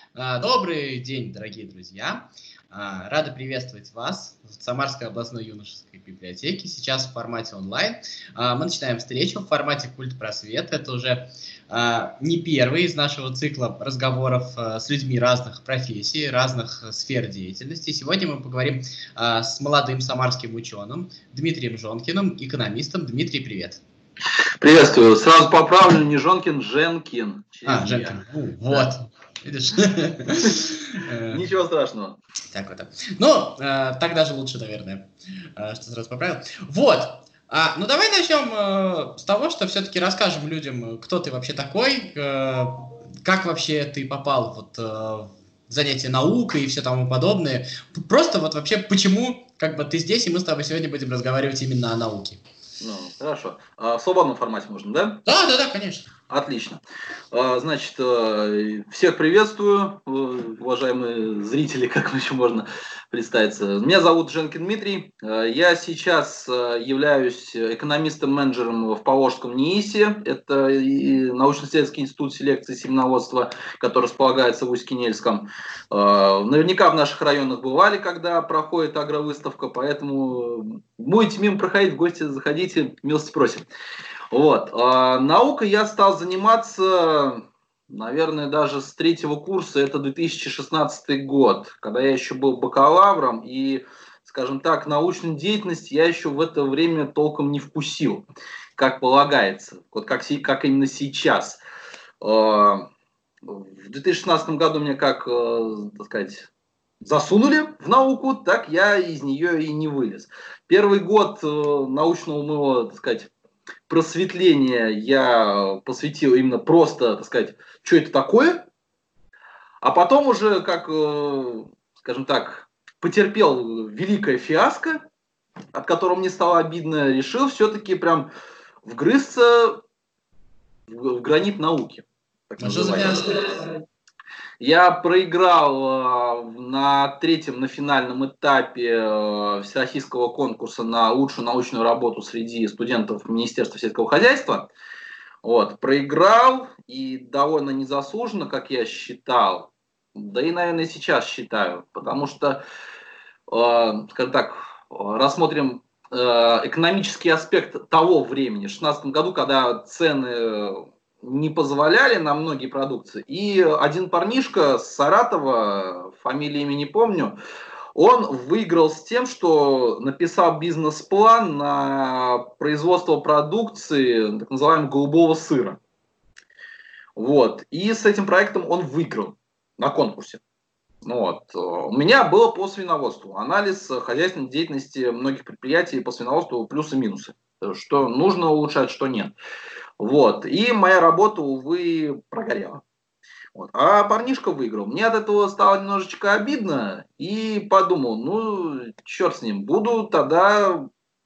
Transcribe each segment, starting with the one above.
Добрый день, дорогие друзья! Рады приветствовать вас в Самарской областной юношеской библиотеке, сейчас в формате онлайн. Мы начинаем встречу в формате «Культ просвета». Это уже не первый из нашего цикла разговоров с людьми разных профессий, разных сфер деятельности. Сегодня мы поговорим с молодым самарским ученым Дмитрием Жонкиным, экономистом. Дмитрий, привет! Приветствую. Сразу поправлю, не Жонкин, Женкин. Женкин. Вот. Видишь? Ничего страшного. Так вот. Ну, так даже лучше, наверное, что сразу поправил. Вот. Ну, давай начнем с того, что все-таки расскажем людям, кто ты вообще такой, как вообще ты попал вот в занятия наукой и все тому подобное. Просто вот вообще, почему как бы ты здесь, и мы с тобой сегодня будем разговаривать именно о науке. Ну, хорошо. В свободном формате можно, да? Да, конечно. Отлично. Значит, всех приветствую, уважаемые зрители, как еще можно представиться. Меня зовут Женкин Дмитрий. Я сейчас являюсь экономистом-менеджером в Поволжском НИИСе. Это научно-исследовательский институт селекции и семеноводства, который располагается в Усть-Кинельском. Наверняка в наших районах бывали, когда проходит агровыставка, поэтому будете мимо проходить, в гости заходите, милости просим. Вот. Наукой я стал заниматься, наверное, даже с третьего курса, это 2016 год, когда я еще был бакалавром, и, скажем так, научную деятельность я еще в это время толком не вкусил, как полагается, вот как именно сейчас. В 2016 году меня, как, так сказать, засунули в науку, так я из нее и не вылез. Первый год научного моего, так сказать, просветление я посвятил именно просто, так сказать, что это такое, а потом уже, как, скажем так, потерпел великое фиаско, от которого мне стало обидно, решил все-таки прям вгрызться в гранит науки. Что за фиаско? Я проиграл на финальном этапе всероссийского конкурса на лучшую научную работу среди студентов Министерства сельского хозяйства. Вот, проиграл и довольно незаслуженно, как я считал, да и, наверное, сейчас считаю, потому что, скажем так, рассмотрим экономический аспект того времени, в 2016 году, когда цены не позволяли на многие продукции. И один парнишка с Саратова, фамилии имя не помню, он выиграл с тем, что написал бизнес-план на производство продукции, так называемого голубого сыра. Вот. И с этим проектом он выиграл на конкурсе. Вот. У меня было по свиноводству. Анализ хозяйственной деятельности многих предприятий по свиноводству плюсы и минусы. Что нужно улучшать, что нет. Вот. И моя работа, увы, прогорела. Вот. А парнишка выиграл. Мне от этого стало немножечко обидно. И подумал, ну, черт с ним. Буду тогда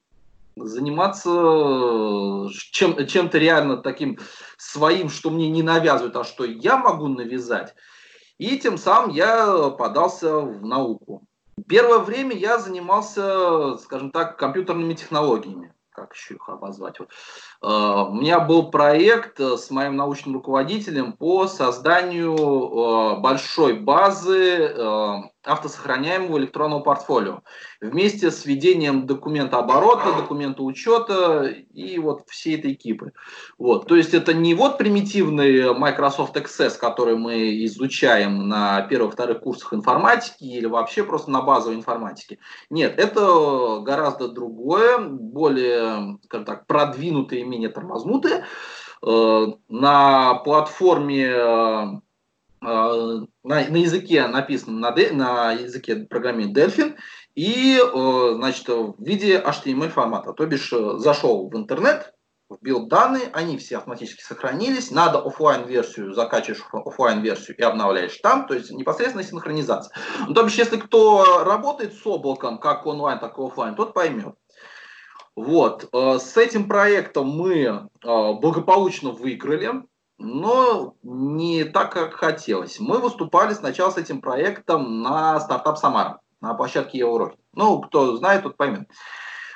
заниматься чем-то реально таким своим, что мне не навязывают, а что я могу навязать. И тем самым я подался в науку. Первое время я занимался, скажем так, компьютерными технологиями. Как еще их обозвать? Вот. У меня был проект с моим научным руководителем по созданию большой базы автосохраняемого электронного портфолио. Вместе с введением документа оборота, документа учета и вот всей этой экипы. Вот. То есть это не вот примитивный Microsoft Access, который мы изучаем на первых-вторых курсах информатики или вообще просто на базовой информатике. Нет, это гораздо другое, более, скажем так, продвинутое и менее тормознутое. На платформе на языке написано на языке программирования Delphi и значит, в виде HTML формата. То бишь зашел в интернет, вбил данные, они все автоматически сохранились. Надо офлайн-версию, закачиваешь офлайн-версию и обновляешь там, то есть непосредственно синхронизация. Ну, то бишь, если кто работает с облаком, как онлайн, так и офлайн, тот поймет. Вот. С этим проектом мы благополучно выиграли, но не так, как хотелось. Мы выступали сначала с этим проектом на стартап Самара, на площадке Евроуроки. Ну, кто знает, тот поймет.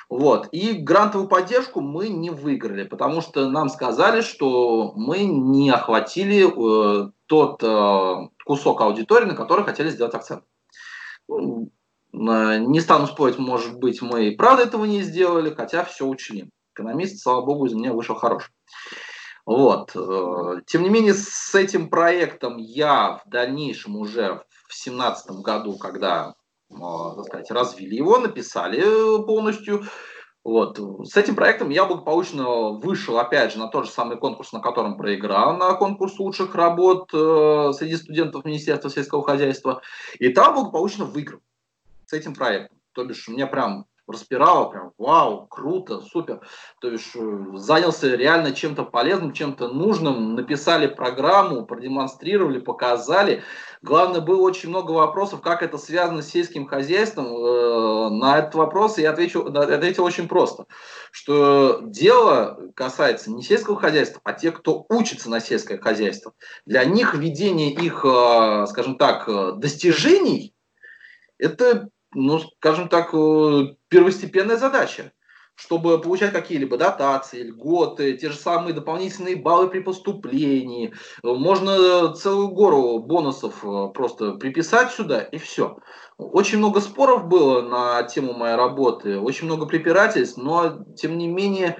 Вот. И грантовую поддержку мы не выиграли, потому что нам сказали, что мы не охватили тот кусок аудитории, на который хотели сделать акцент. Ну, не стану спорить, может быть, мы и правда этого не сделали, хотя все учли. Экономист, слава богу, из меня вышел хороший. Вот. Тем не менее, с этим проектом я в дальнейшем уже в 2017 году, когда, так сказать, развили его, написали полностью. Вот. С этим проектом я благополучно вышел, опять же, на тот же самый конкурс, на котором проиграл, на конкурс лучших работ среди студентов Министерства сельского хозяйства. И там благополучно выиграл с этим проектом. То бишь, меня прям распирало, прям вау, круто, супер. То бишь, занялся реально чем-то полезным, чем-то нужным, написали программу, продемонстрировали, показали. Главное, было очень много вопросов, как это связано с сельским хозяйством. На этот вопрос я ответил очень просто, что дело касается не сельского хозяйства, а тех, кто учится на сельское хозяйство. Для них ведение их, скажем так, достижений, это, ну, скажем так, первостепенная задача, чтобы получать какие-либо дотации, льготы, те же самые дополнительные баллы при поступлении. Можно целую гору бонусов просто приписать сюда, и все. Очень много споров было на тему моей работы, очень много препирательств, но, тем не менее,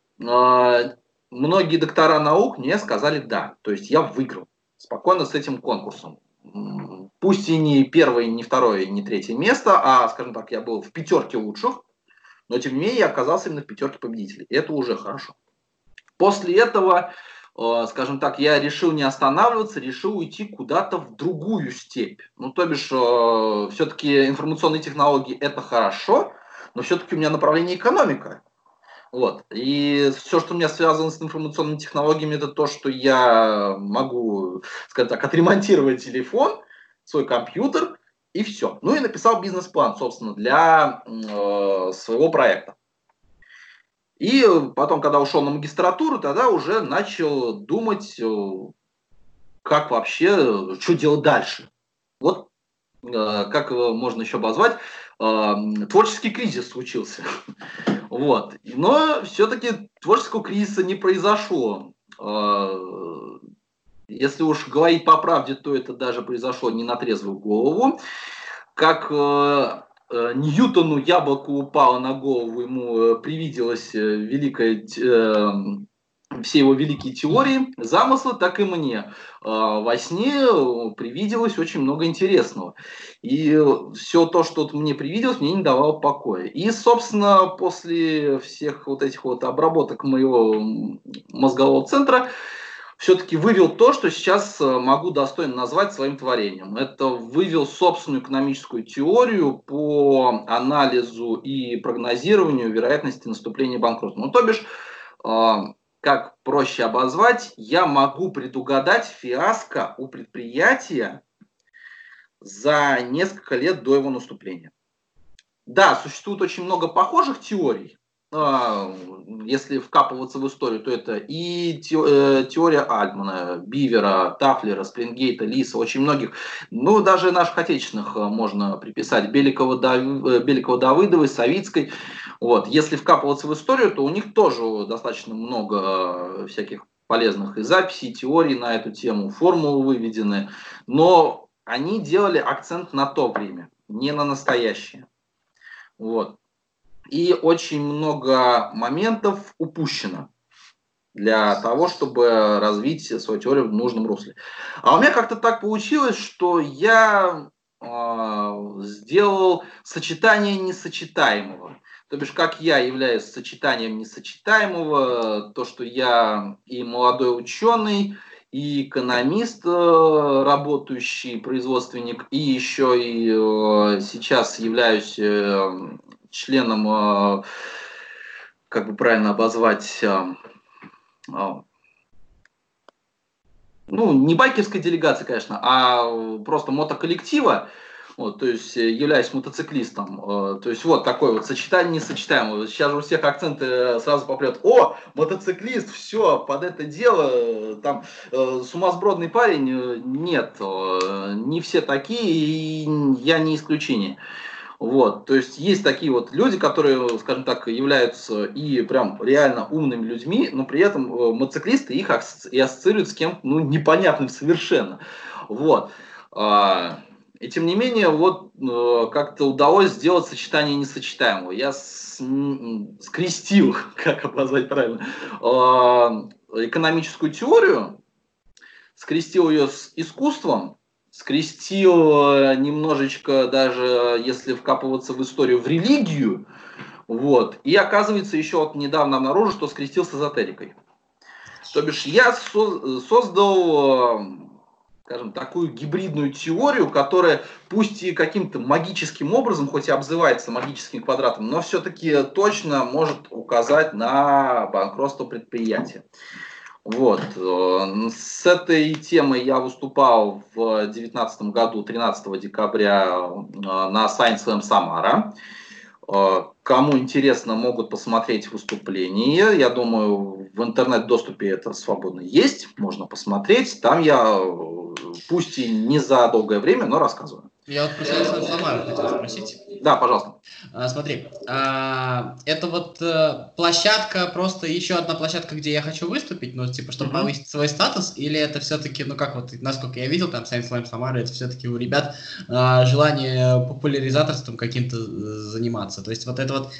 многие доктора наук мне сказали «да». То есть я выиграл спокойно с этим конкурсом. Пусть и не первое, не второе, не третье место, а, скажем так, я был в пятерке лучших, но тем не менее я оказался именно в пятерке победителей. И это уже хорошо. После этого, скажем так, я решил не останавливаться, решил уйти куда-то в другую степь. Ну, то бишь, все-таки информационные технологии это хорошо, но все-таки у меня направление экономика. Вот. И все, что у меня связано с информационными технологиями, это то, что я могу, скажем так, отремонтировать телефон, свой компьютер, и все. Ну и написал бизнес-план, собственно, для своего проекта. И потом, когда ушел на магистратуру, тогда уже начал думать, как вообще, что делать дальше. Вот как его можно еще обозвать, творческий кризис случился. Вот. Но все-таки творческого кризиса не произошло. Если уж говорить по правде, то это даже произошло не на трезвую голову. Как Ньютону яблоко упало на голову, ему привиделась все его великие теории, замыслы, так и мне. Во сне привиделось очень много интересного. И все то, что мне привиделось, мне не давало покоя. И, собственно, после всех вот этих вот обработок моего мозгового центра, все-таки вывел то, что сейчас могу достойно назвать своим творением. Это вывел собственную экономическую теорию по анализу и прогнозированию вероятности наступления банкротства. Ну, то бишь, как проще обозвать, я могу предугадать фиаско у предприятия за несколько лет до его наступления. Да, существует очень много похожих теорий. Если вкапываться в историю, то это и теория Альтмана, Бивера, Тафлера, Спрингейта, Лиса, очень многих. Ну, даже наших отечественных можно приписать. Беликова-Давыдовой, Савицкой. Вот. Если вкапываться в историю, то у них тоже достаточно много всяких полезных и записей, и теорий на эту тему, формулы выведены. Но они делали акцент на то время, не на настоящее. Вот. И очень много моментов упущено для того, чтобы развить свою теорию в нужном русле. А у меня как-то так получилось, что я сделал сочетание несочетаемого. То бишь, как я являюсь сочетанием несочетаемого, то, что я и молодой ученый, и экономист, работающий производственник, и еще и сейчас являюсь членом, как бы правильно обозвать, ну, не байкерской делегации, конечно, а просто мотоколлектива, вот, то есть являюсь мотоциклистом. То есть вот такое вот сочетание несочетаемого. Сейчас же у всех акценты сразу попрет. О, мотоциклист, все, под это дело, там сумасбродный парень. Нет, не все такие, и я не исключение. Вот, то есть есть такие вот люди, которые, скажем так, являются и прям реально умными людьми, но при этом мотоциклисты их и ассоциируют с кем-то, ну, непонятным совершенно. Вот. И тем не менее, вот как-то удалось сделать сочетание несочетаемого. Я скрестил, как обозвать правильно, экономическую теорию, скрестил ее с искусством, скрестил немножечко, даже если вкапываться в историю, в религию, вот, и оказывается, еще вот недавно обнаружил, что скрестил с эзотерикой. То бишь я создал, скажем, такую гибридную теорию, которая пусть и каким-то магическим образом, хоть и обзывается магическим квадратом, но все-таки точно может указать на банкротство предприятия. Вот. С этой темой я выступал в 2019 году, 13 декабря, на Science Slam Самара. Кому интересно, могут посмотреть выступление. Я думаю, в интернет-доступе это свободно есть, можно посмотреть. Там я, пусть и не за долгое время, но рассказываю. Я вот про Science Самару хотел спросить. Да, пожалуйста. Смотри, это вот площадка, просто еще одна площадка, где я хочу выступить, ну, типа, чтобы повысить свой статус, или это все-таки, ну, как вот, насколько я видел, там, Science Slam Самара, это все-таки у ребят желание популяризаторством каким-то заниматься, то есть вот это вот,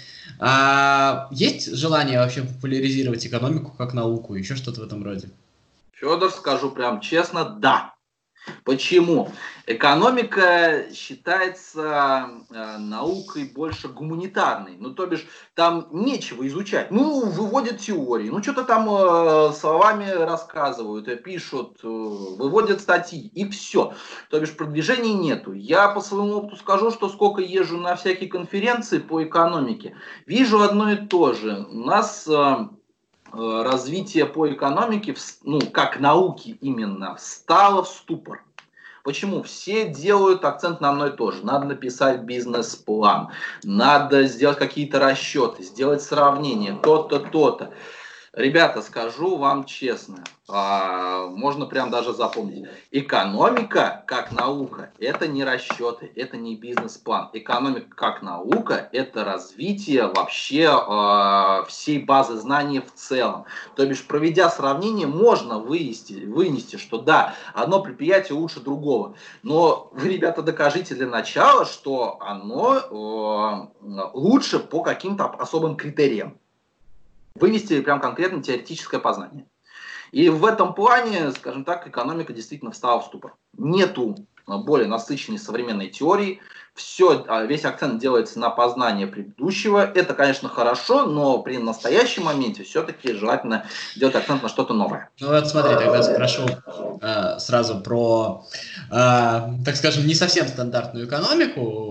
есть желание вообще популяризировать экономику как науку, еще что-то в этом роде? Федор, скажу прям честно, да. Почему? Экономика считается наукой больше гуманитарной. Ну, то бишь, там нечего изучать. Ну, выводят теории, ну, что-то там словами рассказывают, пишут, выводят статьи, и все. То бишь, продвижений нету. Я по своему опыту скажу, что сколько езжу на всякие конференции по экономике, вижу одно и то же. У нас развитие по экономике, ну, как науки именно, встало в ступор. Почему? Все делают акцент на одно и то же. Надо написать бизнес-план, надо сделать какие-то расчеты, сделать сравнение, то-то, то-то. Ребята, скажу вам честно, можно прям даже запомнить. Экономика как наука – это не расчеты, это не бизнес-план. Экономика как наука – это развитие вообще всей базы знаний в целом. То бишь, проведя сравнение, можно вынести, что да, одно предприятие лучше другого. Но вы, ребята, докажите для начала, что оно лучше по каким-то особым критериям. Вывести прям конкретно теоретическое познание. И в этом плане, скажем так, экономика действительно встала в ступор. Нету более насыщенной современной теории. Весь акцент делается на познание предыдущего. Это, конечно, хорошо, но при настоящем моменте все-таки желательно делать акцент на что-то новое. Ну вот смотри, тогда спрошу сразу про, так скажем, не совсем стандартную экономику.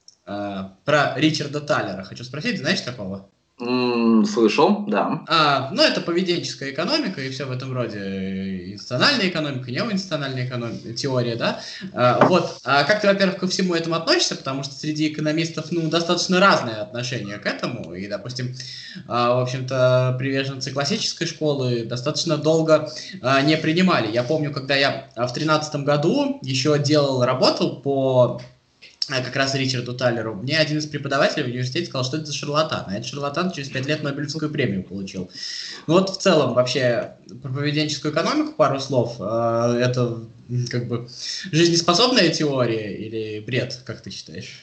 Про Ричарда Таллера хочу спросить, знаешь такого? Слышал, да. Ну, это поведенческая экономика и все в этом роде. Институциональная экономика, неоинституциональная теория, да. Вот. Как ты, во-первых, ко всему этому относишься? Потому что среди экономистов, ну, достаточно разное отношение к этому. И, допустим, в общем-то, приверженцы классической школы достаточно долго не принимали. Я помню, когда я в 2013 году еще работал по как раз Ричарду Таллеру, мне один из преподавателей в университете сказал, что это за шарлатан. А этот шарлатан через 5 лет Нобелевскую премию получил. Ну вот в целом вообще про поведенческую экономику пару слов. Это как бы жизнеспособная теория или бред, как ты считаешь?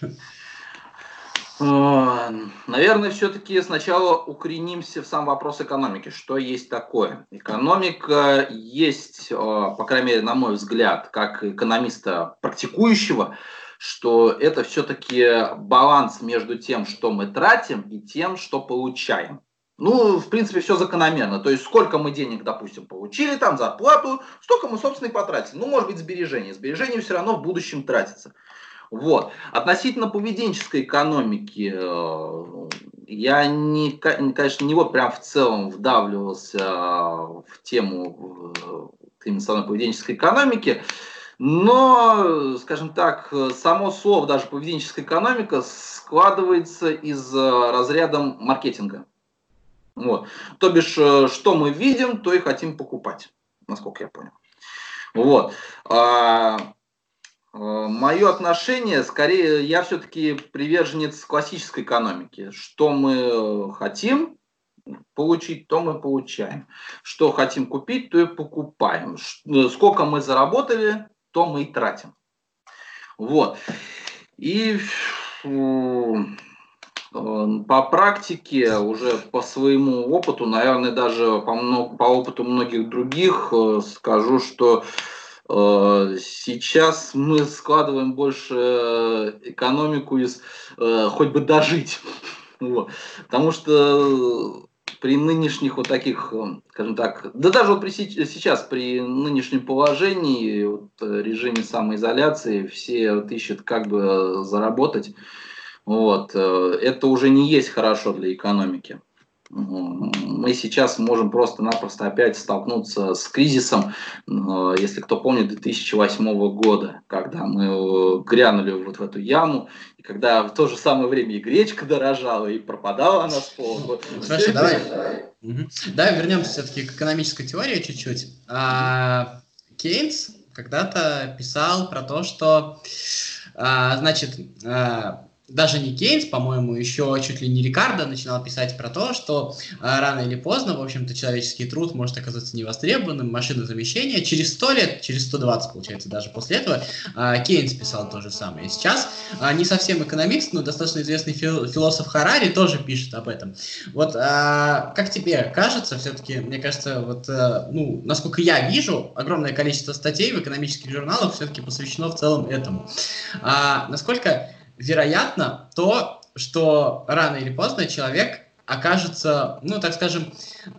Наверное, все-таки сначала укоренимся в сам вопрос экономики. Что есть такое? Экономика есть, по крайней мере, на мой взгляд, как экономиста практикующего, что это все-таки баланс между тем, что мы тратим, и тем, что получаем. Ну, в принципе, все закономерно. То есть, сколько мы денег, допустим, получили, там, зарплату, столько мы, собственно, и потратили. Ну, может быть, сбережения. Сбережения все равно в будущем тратятся. Вот. Относительно поведенческой экономики, я, конечно, не вот прям в целом вдавливался в тему именно поведенческой экономики, но, скажем так, само слово, даже поведенческая экономика, складывается из разряда маркетинга. Вот. То бишь, что мы видим, то и хотим покупать, насколько я понял. Вот. Мое отношение, скорее, я все-таки приверженец классической экономики. Что мы хотим получить, то мы получаем. Что хотим купить, то и покупаем. Сколько мы заработали, то мы и тратим. Вот. И по практике, уже по своему опыту, наверное, даже по опыту многих других, скажу, что сейчас мы складываем больше экономику из хоть бы дожить. Вот. Потому что при нынешних вот таких, скажем так, да даже вот сейчас при нынешнем положении, вот, режиме самоизоляции, все вот ищут как бы заработать. Вот. Это уже не есть хорошо для экономики. Мы сейчас можем просто-напросто опять столкнуться с кризисом, если кто помнит, 2008 года, когда мы грянули вот в эту яму, и когда в то же самое время и гречка дорожала, и пропадала она с полу. Хорошо, давай. Давай вернемся все-таки к экономической теории чуть-чуть. Кейнс когда-то писал про то, что, значит, даже не Кейнс, по-моему, еще чуть ли не Рикардо начинал писать про то, что рано или поздно, в общем-то, человеческий труд может оказаться невостребованным, машинозамещение. Через 100 лет, через 120, получается, даже после этого, Кейнс писал то же самое. И сейчас не совсем экономист, но достаточно известный философ Харари тоже пишет об этом. Вот как тебе кажется, все-таки, мне кажется, вот, ну, насколько я вижу, огромное количество статей в экономических журналах все-таки посвящено в целом этому. Насколько вероятно то, что рано или поздно человек окажется, ну, так скажем,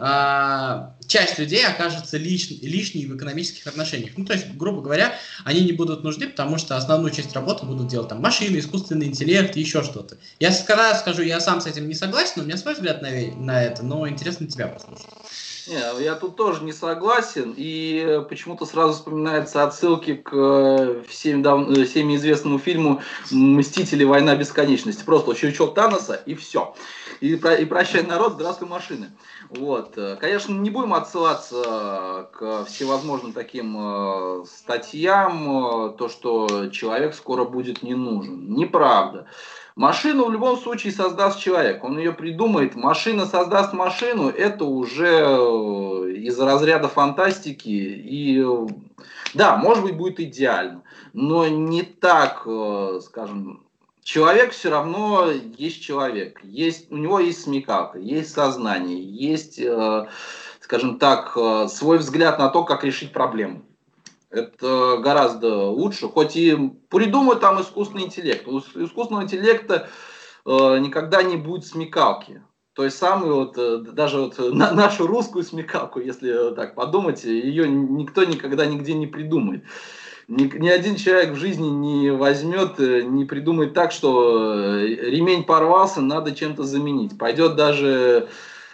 часть людей окажется лишней в экономических отношениях. Ну, то есть, грубо говоря, они не будут нужны, потому что основную часть работы будут делать там машины, искусственный интеллект, еще что-то. Я скажу, я сам с этим не согласен, у меня свой взгляд на это, но интересно тебя послушать. Не, я тут тоже не согласен, и почему-то сразу вспоминаются отсылки к всем известному фильму «Мстители. Война бесконечности». Просто щелчок Таноса, и все. И прощай, народ, здравствуй, машины. Вот. Конечно, не будем отсылаться к всевозможным таким статьям, то, что человек скоро будет не нужен. Неправда. Машину в любом случае создаст человек, он ее придумает, машина создаст машину, это уже из разряда фантастики, и да, может быть будет идеально, но не так, скажем, человек все равно есть человек, у него есть смекалка, есть сознание, есть, скажем так, свой взгляд на то, как решить проблему. Это гораздо лучше, хоть и придумают там искусственный интеллект. У искусственного интеллекта никогда не будет смекалки. То есть даже вот нашу русскую смекалку, если так подумать, ее никто никогда нигде не придумает. Ни один человек в жизни не возьмет, не придумает так, что ремень порвался, надо чем-то заменить. Пойдет даже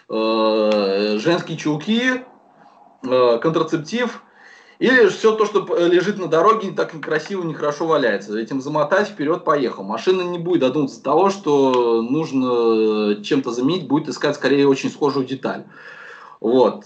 женские чулки, контрацептив, или все то, что лежит на дороге, так некрасиво, нехорошо валяется. Этим замотать, вперед, поехал. Машина не будет додуматься до того, что нужно чем-то заменить, будет искать скорее очень схожую деталь. Вот.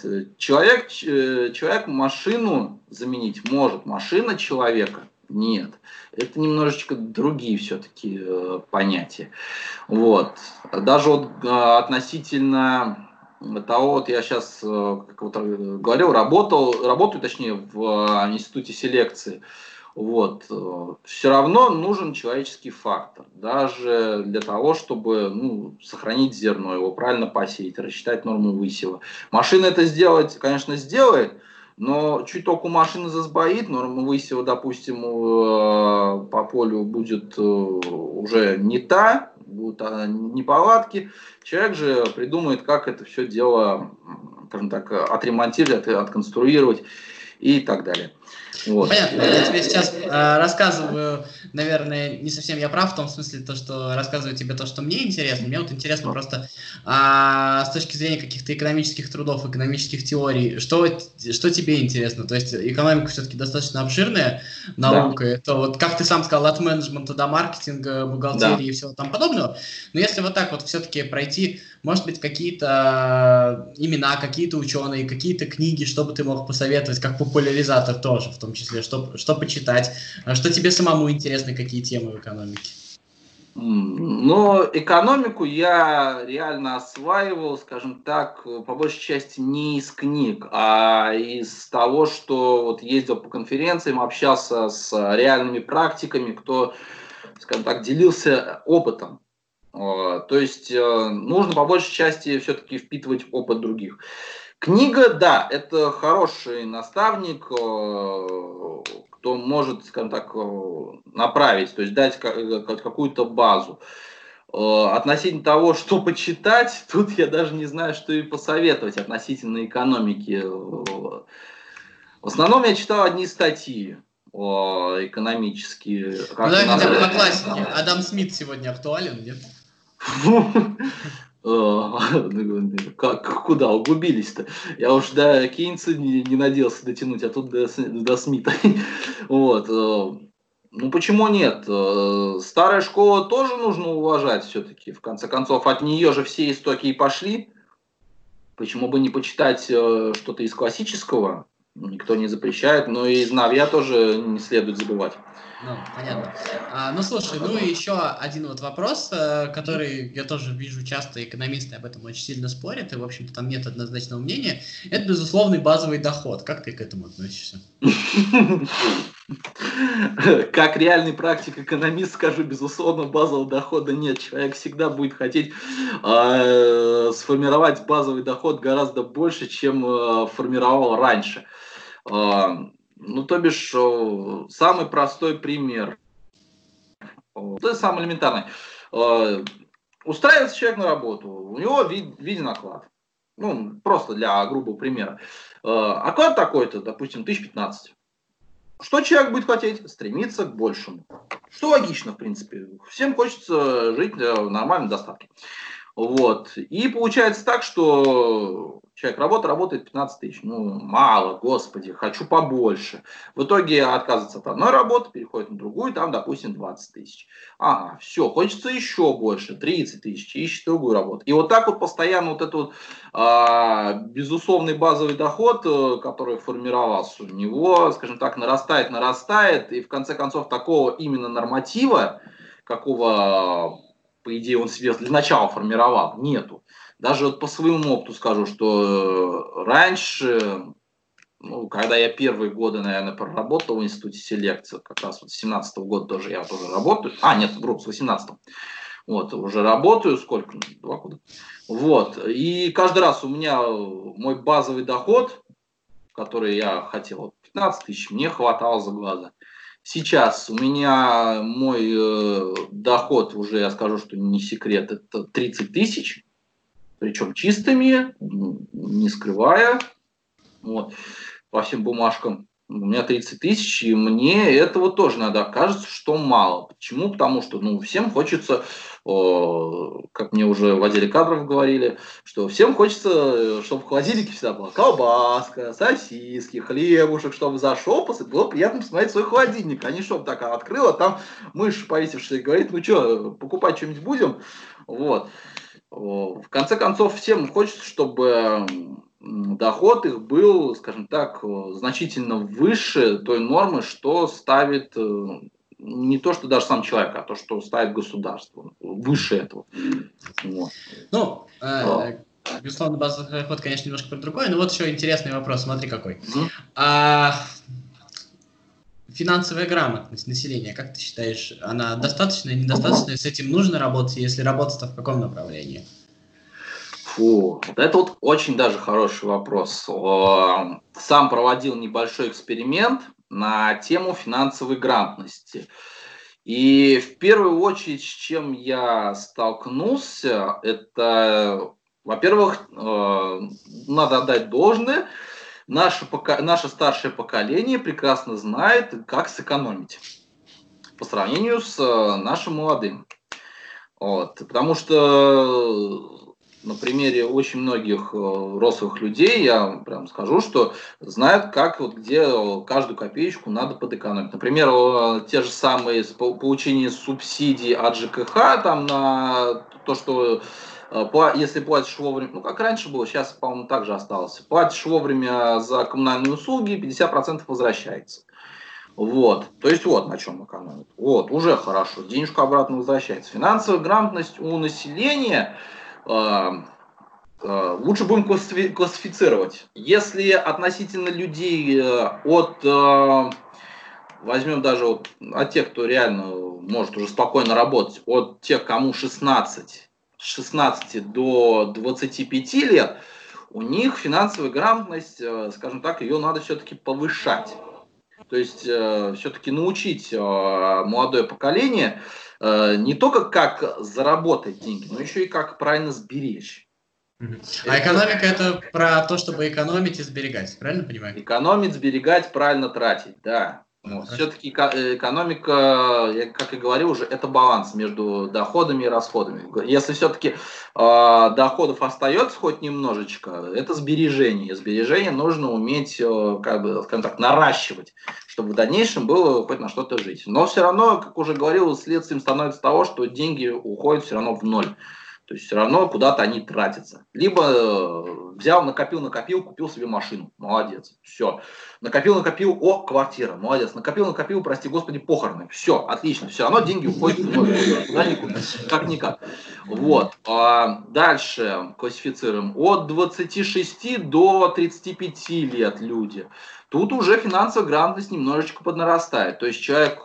Человек машину заменить может, машина человека нет. Это немножечко другие все-таки понятия. Вот. Даже вот относительно того, вот я сейчас, как вот говорил, работаю, точнее, в институте селекции. Вот. Все равно нужен человеческий фактор. Даже для того, чтобы сохранить зерно, его правильно посеять, рассчитать норму высева. Машина это сделать, конечно, сделает, но чуть только у машины засбоит, норма высева, допустим, по полю будет уже не та, будут неполадки. Человек же придумает, как это все дело, скажем так, отремонтировать, отконструировать и так далее. Вот. Понятно, я тебе сейчас рассказываю, наверное, не совсем я прав в том смысле, что рассказываю тебе то, что мне интересно. Мне вот интересно просто с точки зрения каких-то экономических трудов, экономических теорий, что тебе интересно? То есть экономика все-таки достаточно обширная наука, да. Это вот, как ты сам сказал, от менеджмента до маркетинга, бухгалтерии, да, и всего там подобного. Но если вот так вот все-таки пройти, может быть, какие-то имена, какие-то ученые, какие-то книги, что бы ты мог посоветовать, как популяризатор тоже. тоже, в том числе, что почитать, что тебе самому интересно, какие темы в экономике? Но экономику я реально осваивал, скажем так, по большей части не из книг, а из того, что вот ездил по конференциям, общался с реальными практиками, кто, скажем так, делился опытом. То есть нужно по большей части все-таки впитывать опыт других. Книга, да, это хороший наставник, кто может, скажем так, направить, то есть дать какую-то базу. Относительно того, что почитать, тут я даже не знаю, что и посоветовать относительно экономики. В основном я читал одни статьи экономические. Ну давай хотя бы по классике. Адам Смит сегодня актуален, нет? Куда углубились-то? Я уж до Кейнса не надеялся дотянуть, а тут до Смита. Вот. Ну почему нет? Старая школа тоже нужно уважать все-таки. В конце концов, от нее же все истоки и пошли. Почему бы не почитать что-то из классического? Никто не запрещает, но и из новья тоже не следует забывать. Ну, понятно. Ну, слушай, ну и еще один вот вопрос, который я тоже вижу часто, экономисты об этом очень сильно спорят, и, в общем-то, там нет однозначного мнения. Это, безусловный базовый доход. Как ты к этому относишься? Как реальный практик экономист скажу, безусловно, базового дохода нет. Человек всегда будет хотеть сформировать базовый доход гораздо больше, чем формировал раньше. Ну, то бишь, самый простой пример, то есть самый элементарный. Устраивается человек на работу, у него виден оклад. Ну, просто для грубого примера. Оклад такой-то, допустим, 1015. Что человек будет хотеть? Стремиться к большему. Что логично, в принципе. Всем хочется жить в нормальном достатке. Вот. И получается так, что человек работает 15 тысяч. Ну, мало, господи, хочу побольше. В итоге отказывается от одной работы, переходит на другую, там, допустим, 20 тысяч. Ага, все, хочется еще больше, 30 тысяч, ищет другую работу. И вот так вот постоянно вот этот безусловный базовый доход, который формировался у него, скажем так, нарастает, и в конце концов такого именно норматива, какого, по идее, он себе для начала формировал, нету. Даже вот по своему опыту скажу, что раньше, ну, когда я первые годы, наверное, проработал в институте селекции, как раз вот с 17-го года тоже я тоже работаю, нет, вру, с 18-го, вот, уже работаю, сколько, 2 года, вот, и каждый раз у меня мой базовый доход, который я хотел, 15 тысяч, мне хватало за глаза. Сейчас у меня мой доход, уже я скажу, что не секрет, это 30 тысяч, причем чистыми, не скрывая, вот, по всем бумажкам. У меня 30 тысяч, и мне этого тоже надо. Кажется, что мало. Почему? Потому что всем хочется, как мне уже в отделе кадров говорили, что всем хочется, чтобы в холодильнике всегда была колбаска, сосиски, хлебушек, чтобы зашел, было приятно посмотреть свой холодильник, а не чтобы так открыл, а там мышь, повесившая, говорит, ну что, покупать что-нибудь будем? Вот. В конце концов, всем хочется, чтобы доход их был, скажем так, значительно выше той нормы, что ставит не то, что даже сам человек, а то, что ставит государство. Выше этого. Вот. Ну, безусловно, базовый доход, конечно, немножко про другое, но вот еще интересный вопрос, смотри какой. Финансовая грамотность населения, как ты считаешь, она достаточная, недостаточная? С этим нужно работать, если работать, то в каком направлении? Это вот очень даже хороший вопрос. Сам проводил небольшой эксперимент на тему финансовой грамотности. И в первую очередь, с чем я столкнулся, это, во-первых, надо отдать должное, наше старшее поколение прекрасно знает, как сэкономить по сравнению с нашим молодым. Вот. Потому что на примере очень многих взрослых людей я прям скажу, что знают, как где каждую копеечку надо подэкономить. Например, те же самые получение субсидий от ЖКХ там, на то, что если платишь вовремя, ну как раньше было, сейчас, по-моему, так же осталось. Платишь вовремя за коммунальные услуги, 50% возвращается. Вот, то есть вот на чем экономит. Вот, уже хорошо, денежка обратно возвращается. Финансовая грамотность у населения лучше будем классифицировать. Если относительно людей возьмем даже от тех, кто реально может уже спокойно работать, от тех, кому 16 до 25 лет, у них финансовая грамотность, скажем так, ее надо все-таки повышать. То есть все-таки научить молодое поколение не только как заработать деньги, но еще и как правильно сберечь. А экономика это про то, чтобы экономить и сберегать, правильно понимаю? Экономить, сберегать, правильно тратить, да. Все-таки экономика, я как и говорил уже, это баланс между доходами и расходами. Если все-таки доходов остается хоть немножечко, это сбережение. Сбережение нужно уметь, скажем так, наращивать, чтобы в дальнейшем было хоть на что-то жить. Но все равно, как уже говорил, следствием становится того, что деньги уходят все равно в ноль. То есть все равно куда-то они тратятся. Либо взял, накопил, купил себе машину. Молодец. Все. Накопил, о, квартира. Молодец. Накопил, прости господи, похороны. Все, отлично. Все равно деньги уходят в ноль. Куда никуда. Как-никак. Вот. Дальше классифицируем. От 26 до 35 лет люди. Тут уже финансовая грамотность немножечко поднарастает. То есть человек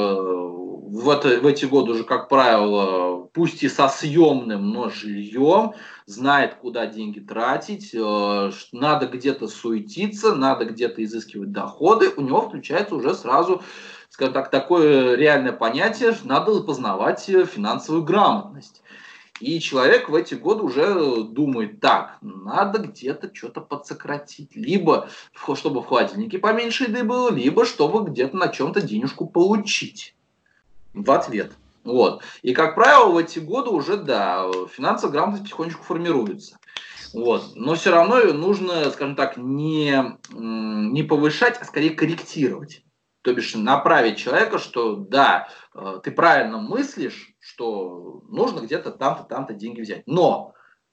в эти годы уже, как правило, пусть и со съемным, но жильем, знает, куда деньги тратить, надо где-то суетиться, надо где-то изыскивать доходы, у него включается уже сразу, скажем так, такое реальное понятие, надо познавать финансовую грамотность. И человек в эти годы уже думает, так, надо где-то что-то подсократить. Либо, чтобы в холодильнике поменьше еды было, либо, чтобы где-то на чем-то денежку получить в ответ. Вот. И, как правило, в эти годы уже, да, финансовая грамотность потихонечку формируется. Вот. Но все равно ее нужно, скажем так, не повышать, а скорее корректировать. То бишь направить человека, что да, ты правильно мыслишь, что нужно где-то там-то деньги взять. Но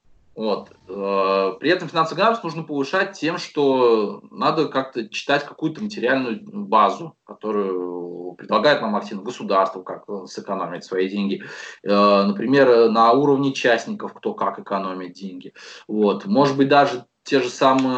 при этом финансовую грамотность нужно повышать тем, что надо как-то читать какую-то материальную базу, которую предлагает нам активно государство, как сэкономить свои деньги. Например, на уровне частников, кто как экономит деньги. Вот. Может быть, даже те же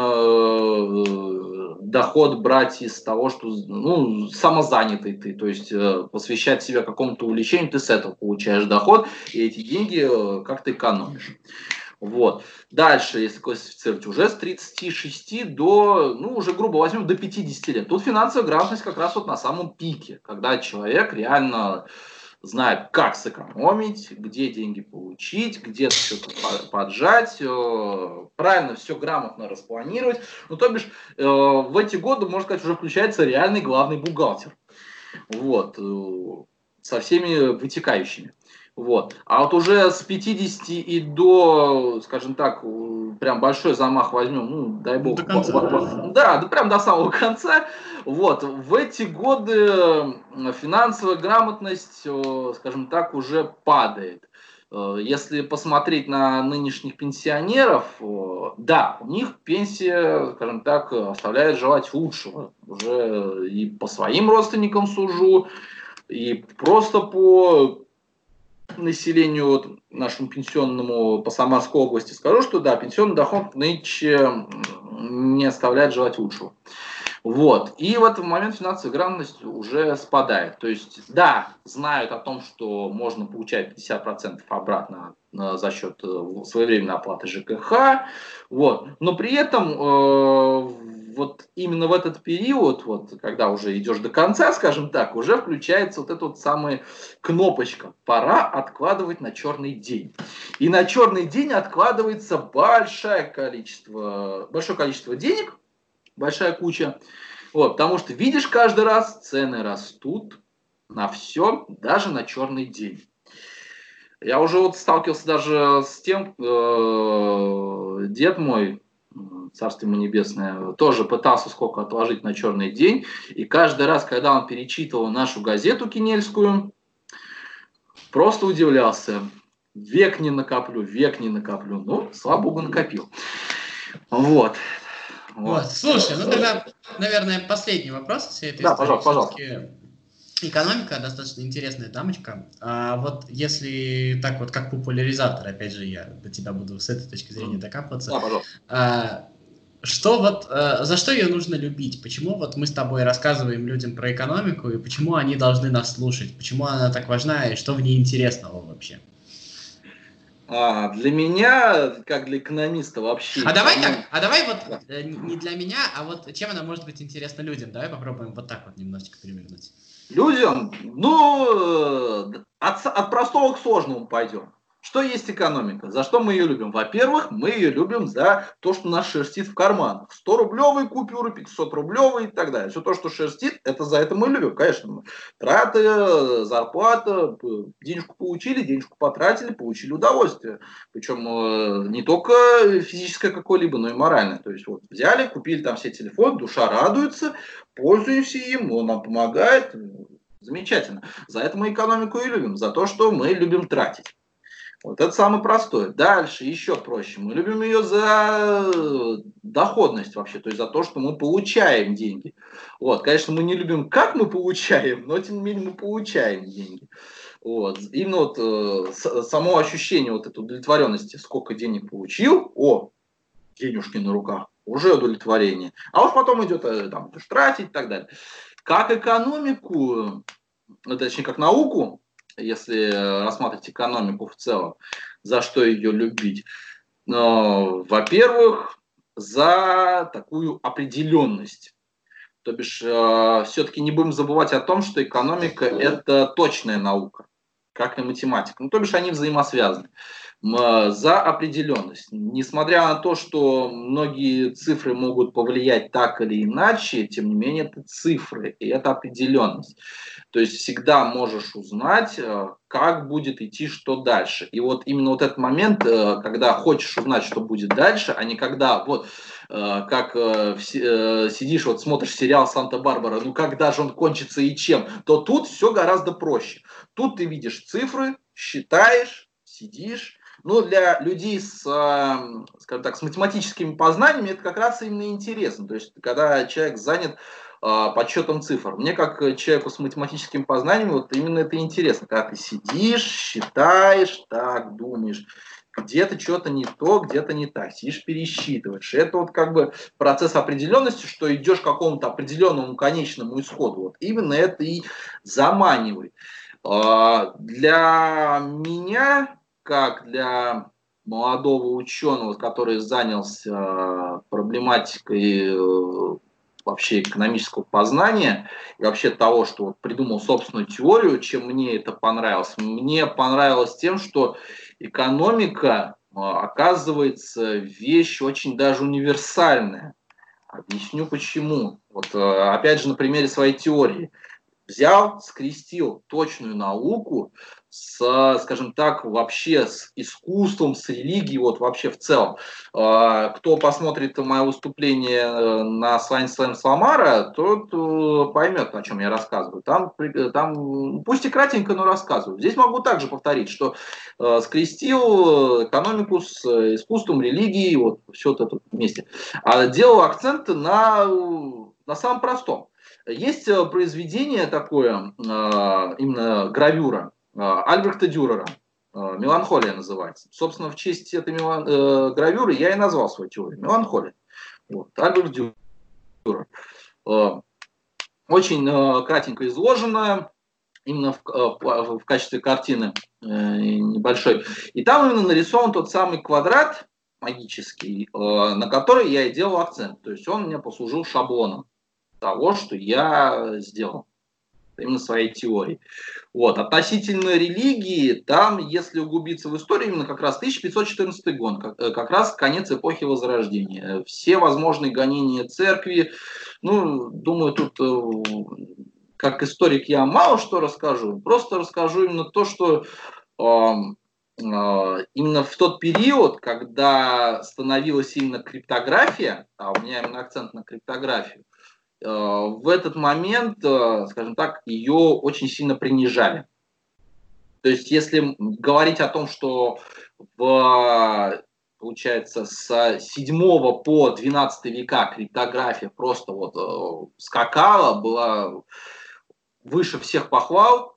самые доход брать из того, что самозанятый ты, то есть посвящать себя какому-то увлечению, ты с этого получаешь доход, и эти деньги как-то экономишь. Вот. Дальше, если классифицировать, уже с 36 до, уже грубо возьмем, до 50 лет. Тут финансовая грамотность как раз на самом пике, когда человек реально знает, как сэкономить, где деньги получить, где-то что-то поджать, правильно все грамотно распланировать. То бишь, в эти годы, можно сказать, уже включается реальный главный бухгалтер. Вот. Со всеми вытекающими. Вот. А вот уже с 50 и до, скажем так, прям большой замах возьмем, дай бог, до конца. Прям до самого конца. Вот. В эти годы финансовая грамотность, скажем так, уже падает. Если посмотреть на нынешних пенсионеров, да, у них пенсия, скажем так, оставляет желать лучшего. Уже и по своим родственникам сужу, и просто по населению нашему пенсионному по Самарской области скажу, что да, пенсионный доход нынче не оставляет желать лучшего. Вот. И в этот момент финансовая грамотность уже спадает. То есть, да, знают о том, что можно получать 50% обратно за счет своевременной оплаты ЖКХ, вот. Но при этом вот именно в этот период, когда уже идешь до конца, скажем так, уже включается вот эта самая кнопочка «Пора откладывать на черный день». И на черный день откладывается большое количество денег, большая куча. Потому что видишь каждый раз, цены растут на все, даже на черный день. Я уже сталкивался даже с тем, дед мой, царство ему небесное, тоже пытался сколько отложить на черный день. И каждый раз, когда он перечитывал нашу газету кинельскую, просто удивлялся. век не накоплю, век не накоплю. Ну, слава богу, накопил. Вот. Вот, слушай, ну тогда, наверное, последний вопрос всей этой Да, истории. пожалуйста. Все-таки экономика достаточно интересная дамочка. А вот если так вот как популяризатор, опять же, я до тебя буду с этой точки зрения докапываться. Да, пожалуйста. Что вот, за что ее нужно любить? Почему вот мы с тобой рассказываем людям про экономику, и почему они должны нас слушать? Почему она так важна, и что в ней интересного вообще? Для меня, как для экономиста вообще... Давай вот не для меня, а вот чем она может быть интересна людям? Давай попробуем вот так вот немножечко перевернуть. Людям, от простого к сложному пойдем. Что есть экономика? За что мы ее любим? Во-первых, мы ее любим за то, что нас шерстит в карманах. 100-рублевые купюры, 500-рублевые и так далее. Все то, что шерстит, за это мы любим. Конечно, траты, зарплата, денежку получили, денежку потратили, получили удовольствие. Причем не только физическое какое-либо, но и моральное. То есть вот взяли, купили там все телефоны, душа радуется, пользуемся им, он нам помогает. Замечательно. За это мы экономику и любим. За то, что мы любим тратить. Вот это самое простое. Дальше еще проще. Мы любим ее за доходность вообще, то есть за то, что мы получаем деньги. Вот, конечно, мы не любим, как мы получаем, но тем не менее мы получаем деньги. Вот. Именно вот само ощущение вот этой удовлетворенности, сколько денег получил, денежки на руках, уже удовлетворение. А уж потом идет там, тратить и так далее. Как экономику, точнее, как науку, если рассматривать экономику в целом, за что ее любить? Во-первых, за такую определенность. То бишь, все-таки не будем забывать о том, что экономика – это точная наука, как и математика. Ну, то бишь, они взаимосвязаны. За определенность. Несмотря на то, что многие цифры могут повлиять так или иначе, тем не менее, это цифры, и это определенность. То есть всегда можешь узнать, как будет идти, что дальше. И вот именно вот этот момент, когда хочешь узнать, что будет дальше, а не когда вот как сидишь, вот смотришь сериал «Санта-Барбара», ну когда же он кончится и чем, то тут все гораздо проще. Тут ты видишь цифры, считаешь, сидишь. Ну, для людей с, скажем так, с математическими познаниями это как раз именно интересно. То есть, когда человек занят подсчетом цифр. Мне, как человеку с математическим познанием, вот именно это интересно. Когда ты сидишь, считаешь, так, думаешь, где-то что-то не то, где-то не так. Сидишь, пересчитываешь. Это вот как бы процесс определенности, что идешь к какому-то определенному конечному исходу. Вот именно это и заманивает. Для меня, как для молодого ученого, который занялся проблематикой вообще экономического познания и вообще того, что вот придумал собственную теорию, чем мне это понравилось. Мне понравилось тем, что экономика оказывается вещь очень даже универсальная. Объясню почему. Вот опять же на примере своей теории. Взял, скрестил точную науку с, скажем так, вообще с искусством, с религией, вот вообще в целом. Кто посмотрит мое выступление на Science Самара, тот поймет, о чем я рассказываю. Там пусть и кратенько, но рассказываю. Здесь могу также повторить, что скрестил экономику с искусством, религией, вот все это тут вместе. А делал акцент на самом простом. Есть произведение такое, именно гравюра Альбрехта Дюрера, «Меланхолия» называется. Собственно, в честь этой гравюры я и назвал свою теорию. «Меланхолия». Вот. Альбрехт Дюрер. Очень кратенько изложено, именно в качестве картины небольшой. И там именно нарисован тот самый квадрат магический, на который я и делал акцент. То есть он мне послужил шаблоном того, что я сделал, именно своей теории. Вот. Относительно религии, там, если углубиться в историю, именно как раз 1514 год, как раз конец эпохи Возрождения. Все возможные гонения церкви, ну, думаю, тут как историк я мало что расскажу, просто расскажу именно то, что именно в тот период, когда становилась именно криптография, а у меня именно акцент на криптографию, в этот момент, скажем так, ее очень сильно принижали. То есть, если говорить о том, что получается, с 7 по 12 века криптография просто вот скакала, была выше всех похвал,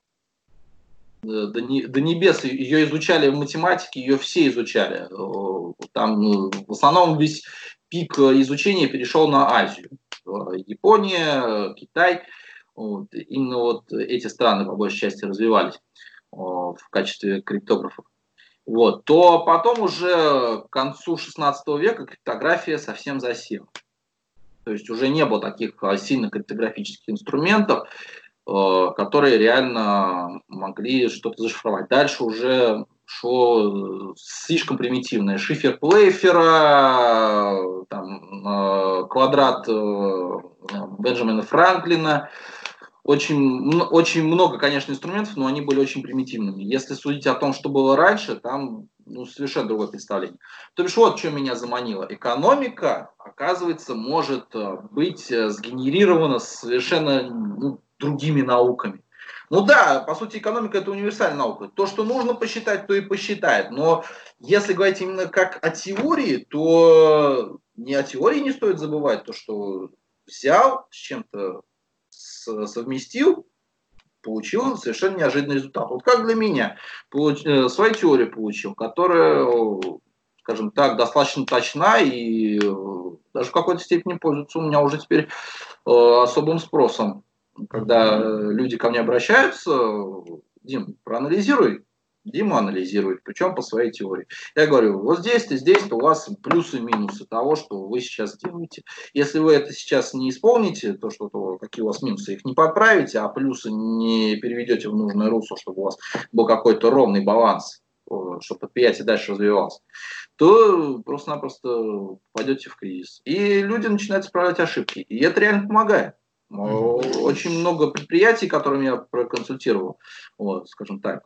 до небес, ее изучали в математике, ее все изучали. Там в основном весь пик изучения перешел на Азию. Япония, Китай, вот, именно вот эти страны по большей части развивались в качестве криптографов. Вот, то потом уже к концу 16 века криптография совсем засела. То есть уже не было таких сильных криптографических инструментов, которые реально могли что-то зашифровать. Дальше уже шло слишком примитивное. Шифер Плейфера, там, квадрат Бенджамина Франклина. Очень много, конечно, инструментов, но они были очень примитивными. Если судить о том, что было раньше, там совершенно другое представление. То бишь, вот что меня заманило. Экономика, оказывается, может быть сгенерирована совершенно другими науками. Ну да, по сути, экономика – это универсальная наука. То, что нужно посчитать, то и посчитает. Но если говорить именно как о теории, то не о теории не стоит забывать. То, что взял с чем-то, совместил, получил совершенно неожиданный результат. Вот как для меня. Свою теорию получил, которая, скажем так, достаточно точна и даже в какой-то степени пользуется у меня уже теперь особым спросом. Когда люди ко мне обращаются: Дим, проанализируй. Дима анализирует, причем по своей теории. Я говорю, вот здесь-то у вас плюсы и минусы того, что вы сейчас делаете. Если вы это сейчас не исполните, какие у вас минусы, их не подправите, а плюсы не переведете в нужное русло, чтобы у вас был какой-то ровный баланс, чтобы предприятие дальше развивалось, то просто пойдете в кризис. И люди начинают исправлять ошибки. И это реально помогает. Очень много предприятий, которыми я проконсультировал, вот, скажем так,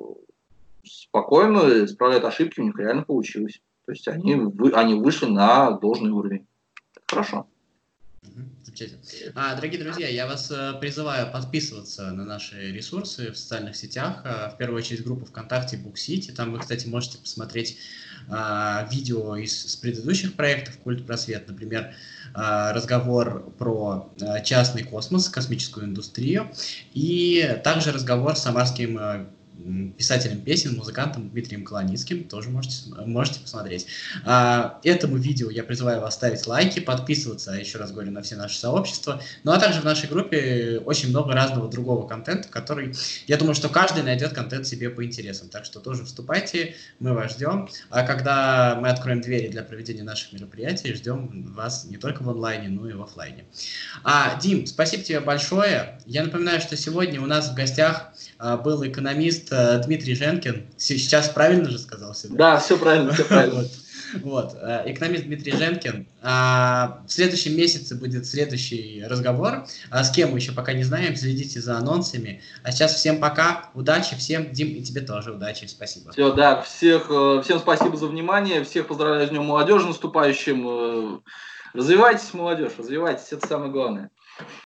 спокойно исправляют ошибки, у них реально получилось. То есть они вышли на должный уровень. Хорошо. Замечательно. Дорогие друзья, я вас призываю подписываться на наши ресурсы в социальных сетях, в первую очередь группу ВКонтакте Book-City. Там вы, кстати, можете посмотреть видео с предыдущих проектов «Культ просвет», например, разговор про частный космос, космическую индустрию, и также разговор с самарским писателем песен, музыкантом Дмитрием Колоницким, тоже можете посмотреть. Этому видео я призываю вас ставить лайки, подписываться, еще раз говорю, на все наши сообщества, ну а также в нашей группе очень много разного другого контента, который, я думаю, что каждый найдет контент себе по интересам, так что тоже вступайте, мы вас ждем, а когда мы откроем двери для проведения наших мероприятий, ждем вас не только в онлайне, но и в офлайне. Дим, спасибо тебе большое. Я напоминаю, что сегодня у нас в гостях был экономист Дмитрий Женкин. Сейчас правильно же сказал все? Да, все правильно, все правильно. Вот, экономист Дмитрий Женкин. В следующем месяце будет следующий разговор. С кем мы еще пока не знаем, следите за анонсами. А сейчас всем пока, удачи всем. Дим, и тебе тоже удачи, спасибо. Все, да, всем спасибо за внимание, всех поздравляю с Днем молодежи наступающим. Развивайтесь, молодежь, развивайтесь, это самое главное.